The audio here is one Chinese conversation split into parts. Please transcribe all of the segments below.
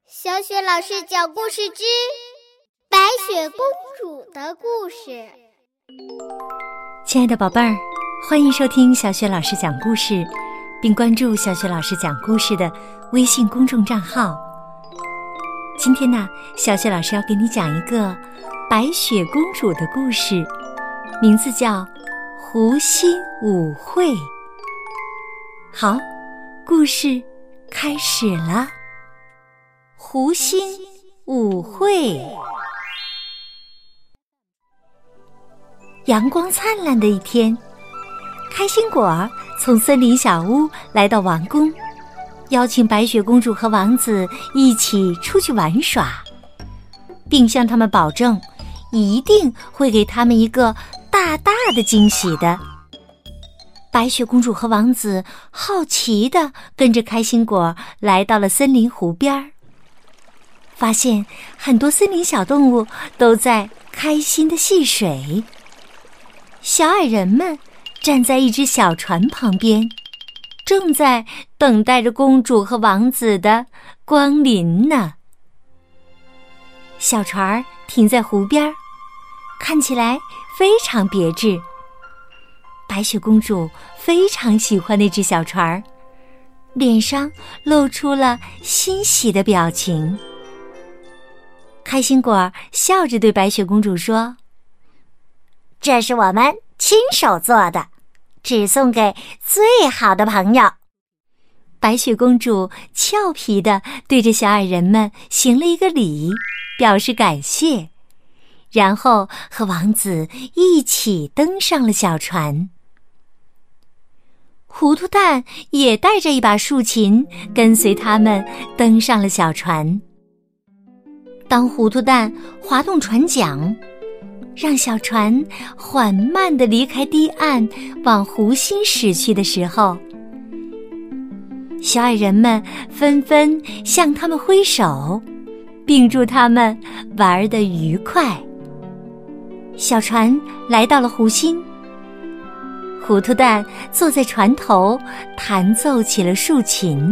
小雪老师讲故事之白雪公主的故事。 亲爱的宝贝儿，欢迎收听小雪老师讲故事，并关注小雪老师讲故事的微信公众账号。今天呢，小雪老师要给你讲一个白雪公主的故事，名字叫湖心舞会。好，故事开始了。湖心舞会。阳光灿烂的一天，开心果从森林小屋来到王宫，邀请白雪公主和王子一起出去玩耍，并向他们保证一定会给他们一个大大的惊喜的。白雪公主和王子好奇地跟着开心果来到了森林湖边，发现很多森林小动物都在开心地戏水。小矮人们站在一只小船旁边，正在等待着公主和王子的光临呢。小船停在湖边，看起来非常别致。白雪公主非常喜欢那只小船，脸上露出了欣喜的表情。开心果笑着对白雪公主说：“ 这是我们亲手做的，只送给最好的朋友。” 白雪公主俏皮地对着小矮人们行了一个礼，表示感谢，然后和王子一起登上了小船。糊涂蛋也带着一把竖琴，跟随他们登上了小船。当糊涂蛋滑动船桨，让小船缓慢地离开堤岸，往湖心驶去的时候，小矮人们纷纷向他们挥手，并祝他们玩得愉快。小船来到了湖心，糊涂蛋坐在船头弹奏起了竖琴。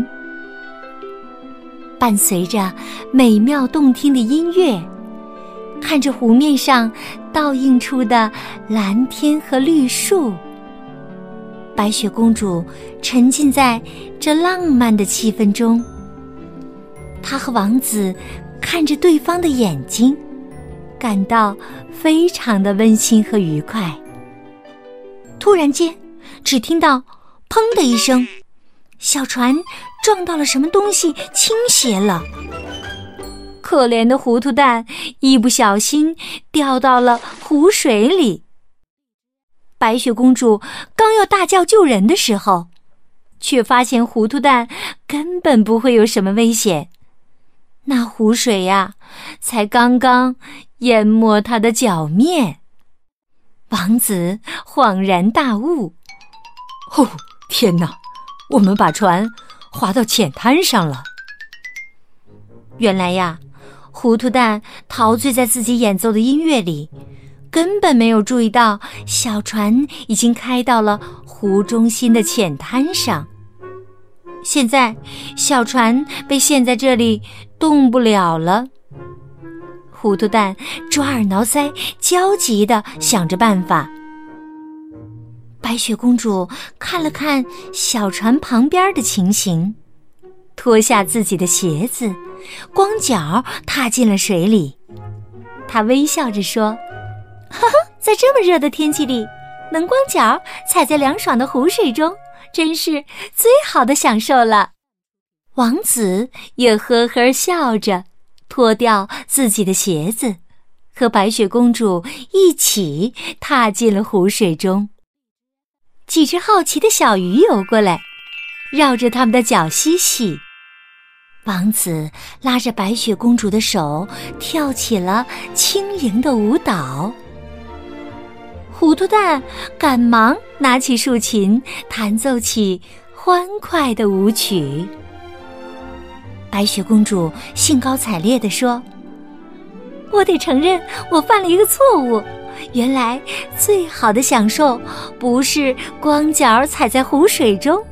伴随着美妙动听的音乐，看着湖面上倒映出的蓝天和绿树，白雪公主沉浸在这浪漫的气氛中。她和王子看着对方的眼睛，感到非常的温馨和愉快。突然间，只听到砰的一声，小船撞到了什么东西，倾斜了。可怜的糊涂蛋一不小心掉到了湖水里。白雪公主刚要大叫救人的时候，却发现糊涂蛋根本不会有什么危险。那湖水呀，才刚刚淹没他的脚面。王子恍然大悟：“哦，天哪，我们把船划到浅滩上了。”原来呀，糊涂蛋陶醉在自己演奏的音乐里，根本没有注意到小船已经开到了湖中心的浅滩上。现在小船被陷在这里，动不了了。糊涂蛋抓耳挠腮，焦急地想着办法。白雪公主看了看小船旁边的情形，脱下自己的鞋子，光脚踏进了水里。她微笑着说：“呵呵，在这么热的天气里，能光脚踩在凉爽的湖水中，真是最好的享受了。”王子也呵呵笑着脱掉自己的鞋子，和白雪公主一起踏进了湖水中。几只好奇的小鱼游过来，绕着他们的脚嬉戏。王子拉着白雪公主的手，跳起了轻盈的舞蹈。糊涂蛋赶忙拿起竖琴，弹奏起欢快的舞曲。白雪公主兴高采烈地说：“我得承认，我犯了一个错误。原来最好的享受不是光脚踩在湖水中，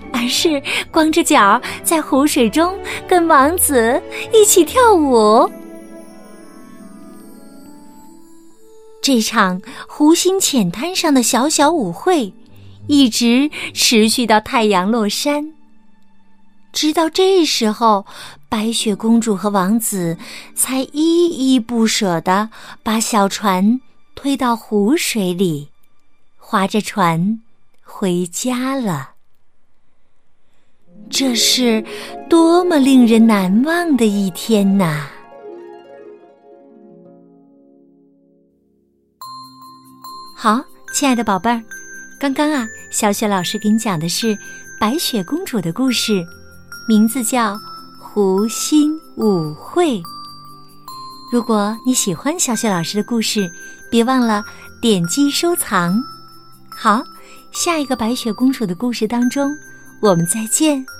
而是光着脚在湖水中跟王子一起跳舞。这场湖心浅滩上的小小舞会一直持续到太阳落山。直到这时候，白雪公主和王子才依依不舍地把小船推到湖水里，划着船回家了。这是多么令人难忘的一天呐！好，亲爱的宝贝儿，刚刚小雪老师给你讲的是白雪公主的故事，名字叫《湖心舞会》。如果你喜欢小雪老师的故事，别忘了点击收藏。好，下一个白雪公主的故事当中，我们再见。